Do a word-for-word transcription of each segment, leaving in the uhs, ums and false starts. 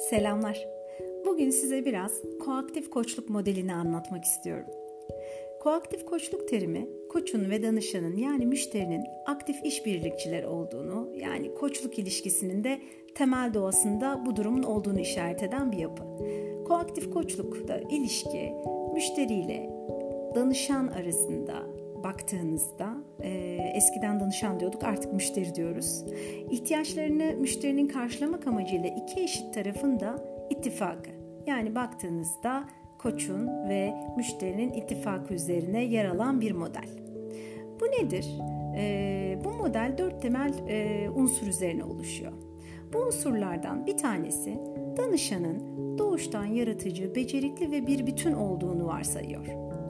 Selamlar. Bugün size biraz koaktif koçluk modelini anlatmak istiyorum. Koaktif koçluk terimi, koçun ve danışanın yani müşterinin aktif işbirlikçiler olduğunu, yani koçluk ilişkisinin de temel doğasında bu durumun olduğunu işaret eden bir yapı. Koaktif koçlukta ilişki, müşteriyle danışan arasında baktığınızda, e, eskiden danışan diyorduk, artık müşteri diyoruz. İhtiyaçlarını müşterinin karşılamak amacıyla iki eşit tarafın da ittifakı. Yani baktığınızda koçun ve müşterinin ittifakı üzerine yer alan bir model. Bu nedir? E, bu model dört temel e, unsur üzerine oluşuyor. Bu unsurlardan bir tanesi danışanın doğuştan yaratıcı, becerikli ve bir bütün olduğunu varsayıyor.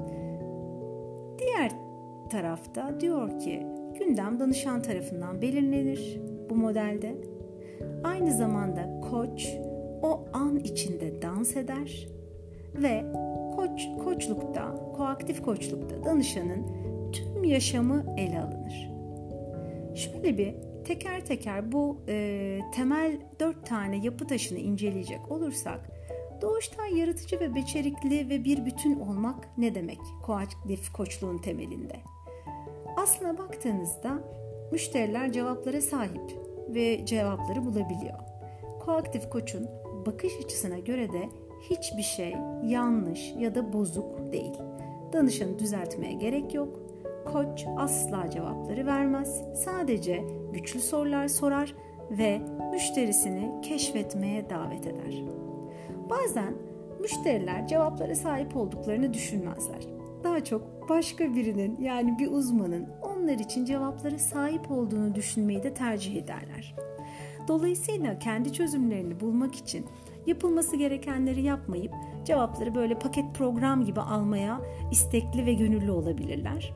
Diğer tarafta diyor ki gündem danışan tarafından belirlenir bu modelde. Aynı zamanda koç o an içinde dans eder ve koç koçlukta, koaktif koçlukta danışanın tüm yaşamı ele alınır. Şöyle bir teker teker bu e, temel dört tane yapı taşını inceleyecek olursak, doğuştan yaratıcı ve becerikli ve bir bütün olmak ne demek koaktif koçluğun temelinde? Aslına baktığınızda müşteriler cevaplara sahip ve cevapları bulabiliyor. Koaktif koçun bakış açısına göre de hiçbir şey yanlış ya da bozuk değil. Danışanı düzeltmeye gerek yok. Koç asla cevapları vermez. Sadece güçlü sorular sorar ve müşterisini keşfetmeye davet eder. Bazen müşteriler cevaplara sahip olduklarını düşünmezler. Daha çok başka birinin, yani bir uzmanın onlar için cevaplara sahip olduğunu düşünmeyi de tercih ederler. Dolayısıyla kendi çözümlerini bulmak için yapılması gerekenleri yapmayıp cevapları böyle paket program gibi almaya istekli ve gönüllü olabilirler.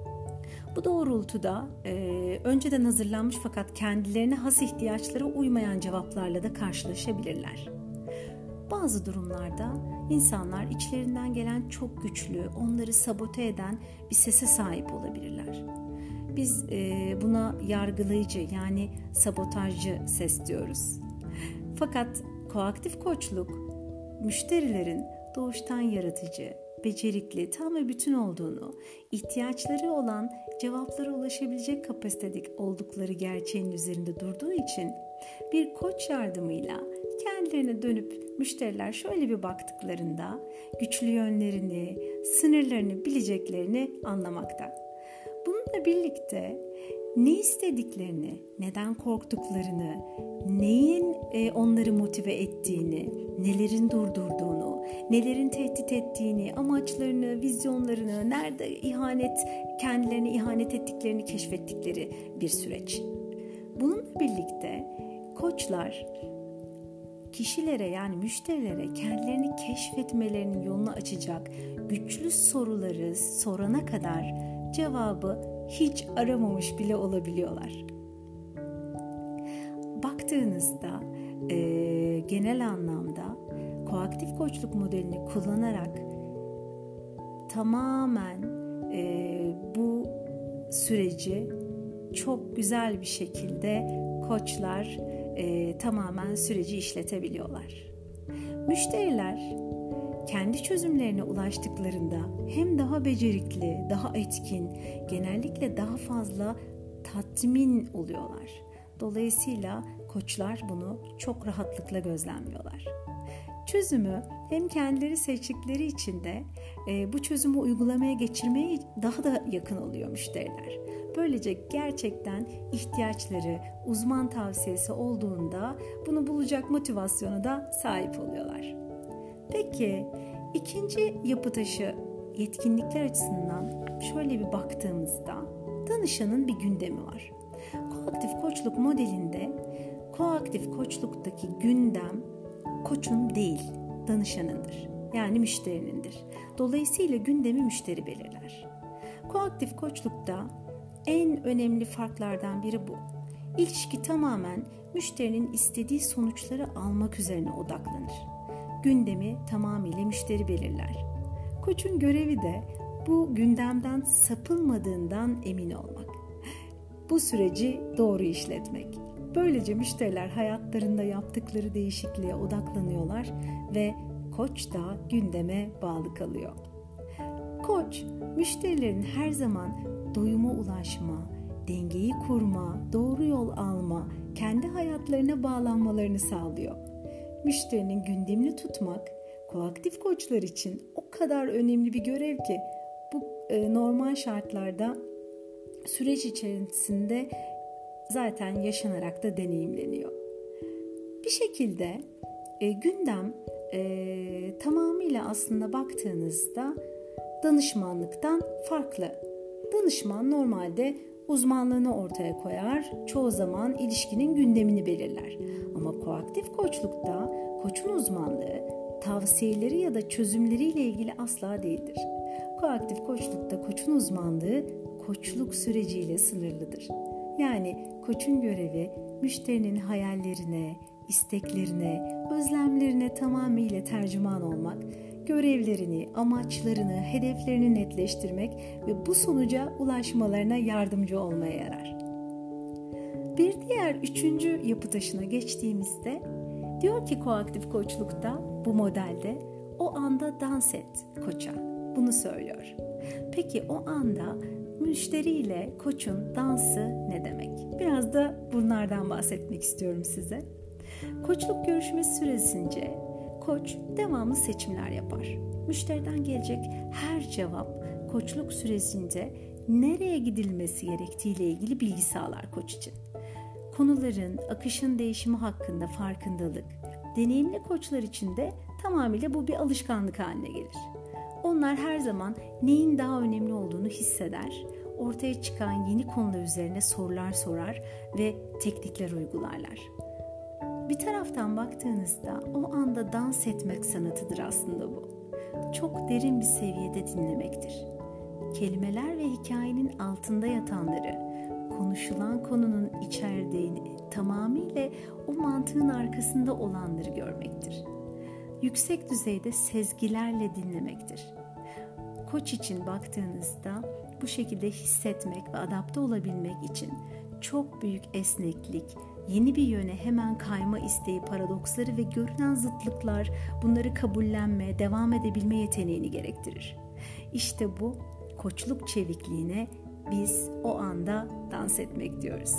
Bu doğrultuda e, önceden hazırlanmış fakat kendilerine has ihtiyaçlara uymayan cevaplarla da karşılaşabilirler. Bazı durumlarda insanlar içlerinden gelen çok güçlü, onları sabote eden bir sese sahip olabilirler. Biz e, buna yargılayıcı, yani sabotajcı ses diyoruz. Fakat koaktif koçluk, müşterilerin doğuştan yaratıcı, becerikli, tam ve bütün olduğunu, ihtiyaçları olan cevaplara ulaşabilecek kapasitede oldukları gerçeğinin üzerinde durduğu için bir koç yardımıyla kendilerine dönüp müşteriler şöyle bir baktıklarında güçlü yönlerini, sınırlarını bileceklerini anlamakta. Bununla birlikte ne istediklerini, neden korktuklarını, neyin onları motive ettiğini, nelerin durdurduğunu, nelerin tehdit ettiğini, amaçlarını, vizyonlarını, nerede ihanet, kendilerine ihanet ettiklerini keşfettikleri bir süreç. Bununla birlikte koçlar kişilere, yani müşterilere kendilerini keşfetmelerinin yolunu açacak güçlü soruları sorana kadar cevabı hiç aramamış bile olabiliyorlar. Baktığınızda e, genel anlamda koaktif koçluk modelini kullanarak tamamen e, bu süreci çok güzel bir şekilde koçlar e, tamamen süreci işletebiliyorlar. Müşteriler kendi çözümlerine ulaştıklarında hem daha becerikli, daha etkin, genellikle daha fazla tatmin oluyorlar. Dolayısıyla koçlar bunu çok rahatlıkla gözlemliyorlar. Çözümü hem kendileri seçtikleri için de e, bu çözümü uygulamaya geçirmeye daha da yakın oluyor müşteriler. Böylece gerçekten ihtiyaçları, uzman tavsiyesi olduğunda bunu bulacak motivasyona da sahip oluyorlar. Peki ikinci yapı taşı yetkinlikler açısından şöyle bir baktığımızda danışanın bir gündemi var. Koaktif koçluk modelinde koaktif koçluktaki gündem koçun değil, danışanındır. Yani müşterinindir. Dolayısıyla gündemi müşteri belirler. Koaktif koçlukta en önemli farklardan biri bu. İlişki tamamen müşterinin istediği sonuçları almak üzerine odaklanır. Gündemi tamamıyla müşteri belirler. Koçun görevi de bu gündemden sapılmadığından emin olmak. Bu süreci doğru işletmek. Böylece müşteriler hayatlarında yaptıkları değişikliğe odaklanıyorlar ve koç da gündeme bağlı kalıyor. Koç, müşterilerin her zaman doyuma ulaşma, dengeyi kurma, doğru yol alma, kendi hayatlarına bağlanmalarını sağlıyor. Müşterinin gündemini tutmak, koaktif koçlar için o kadar önemli bir görev ki bu e, normal şartlarda süreç içerisinde zaten yaşanarak da deneyimleniyor. Bir şekilde e, gündem e, tamamıyla aslında baktığınızda danışmanlıktan farklı. Danışman normalde uzmanlığını ortaya koyar, çoğu zaman ilişkinin gündemini belirler. Ama koaktif koçlukta koçun uzmanlığı, tavsiyeleri ya da çözümleriyle ilgili asla değildir. Koaktif koçlukta koçun uzmanlığı koçluk süreciyle sınırlıdır. Yani koçun görevi müşterinin hayallerine, isteklerine, özlemlerine tamamıyla tercüman olmak, görevlerini, amaçlarını, hedeflerini netleştirmek ve bu sonuca ulaşmalarına yardımcı olmaya yarar. Bir diğer üçüncü yapı taşına geçtiğimizde diyor ki koaktif koçlukta bu modelde o anda dans et koça. Bunu söylüyor. Peki o anda müşteriyle koçun dansı ne demek? Biraz da bunlardan bahsetmek istiyorum size. Koçluk görüşmesi süresince koç devamlı seçimler yapar. Müşteriden gelecek her cevap koçluk süresince nereye gidilmesi gerektiğiyle ilgili bilgi sağlar koç için. Konuların, akışın değişimi hakkında farkındalık, deneyimli koçlar için de tamamıyla bu bir alışkanlık haline gelir. Onlar her zaman neyin daha önemli olduğunu hisseder, ortaya çıkan yeni konular üzerine sorular sorar ve teknikler uygularlar. Bir taraftan baktığınızda o anda dans etmek sanatıdır aslında bu. Çok derin bir seviyede dinlemektir. Kelimeler ve hikayenin altında yatanları, konuşulan konunun içerdiğini, tamamıyla o mantığın arkasında olanları görmektir. Yüksek düzeyde sezgilerle dinlemektir. Koç için baktığınızda bu şekilde hissetmek ve adapte olabilmek için çok büyük esneklik, yeni bir yöne hemen kayma isteği, paradoksları ve görünen zıtlıklar, bunları kabullenme, devam edebilme yeteneğini gerektirir. İşte bu koçluk çevikliğine biz o anda dans etmek diyoruz.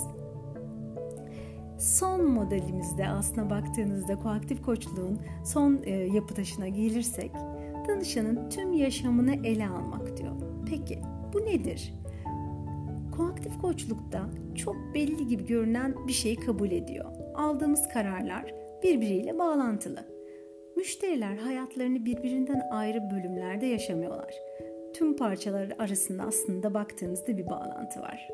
Son modelimizde aslına baktığınızda koaktif koçluğun son e, yapı taşına gelirsek, danışanın tüm yaşamını ele almak diyor. Peki bu nedir? Koaktif koçlukta çok belli gibi görünen bir şeyi kabul ediyor. Aldığımız kararlar birbiriyle bağlantılı. Müşteriler hayatlarını birbirinden ayrı bölümlerde yaşamıyorlar. Tüm parçalar arasında aslında baktığınızda bir bağlantı var.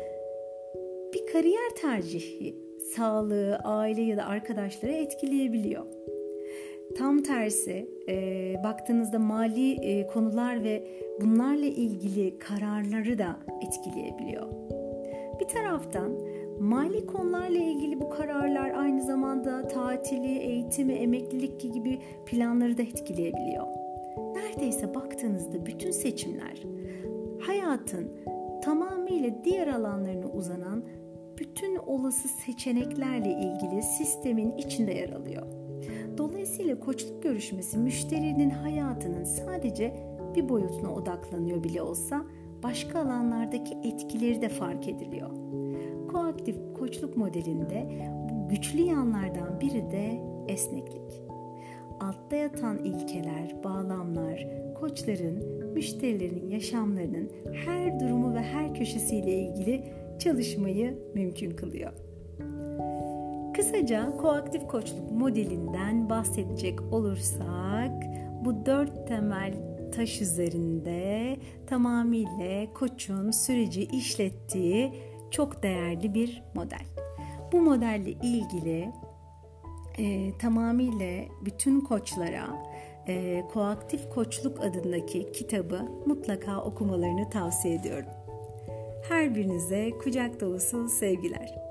Bir kariyer tercihi sağlığı, aile ya da arkadaşları etkileyebiliyor. Tam tersi e, baktığınızda mali e, konular ve bunlarla ilgili kararları da etkileyebiliyor. Bir taraftan mali konularla ilgili bu kararlar aynı zamanda tatili, eğitimi, emeklilik gibi planları da etkileyebiliyor. Neredeyse baktığınızda bütün seçimler hayatın tamamıyla diğer alanlarına uzanan bütün olası seçeneklerle ilgili sistemin içinde yer alıyor. Dolayısıyla koçluk görüşmesi müşterinin hayatının sadece bir boyutuna odaklanıyor bile olsa başka alanlardaki etkileri de fark ediliyor. Koaktif koçluk modelinde bu güçlü yanlardan biri de esneklik. Altta yatan ilkeler, bağlamlar, koçların, müşterilerinin yaşamlarının her durumu ve her köşesiyle ilgili çalışmayı mümkün kılıyor. Kısaca koaktif koçluk modelinden bahsedecek olursak, bu dört temel taş üzerinde tamamıyla koçun süreci işlettiği çok değerli bir model. Bu modelle ilgili e, tamamıyla bütün koçlara e, Koaktif Koçluk adındaki kitabı mutlaka okumalarını tavsiye ediyorum. Her birinize kucak dolusu sevgiler.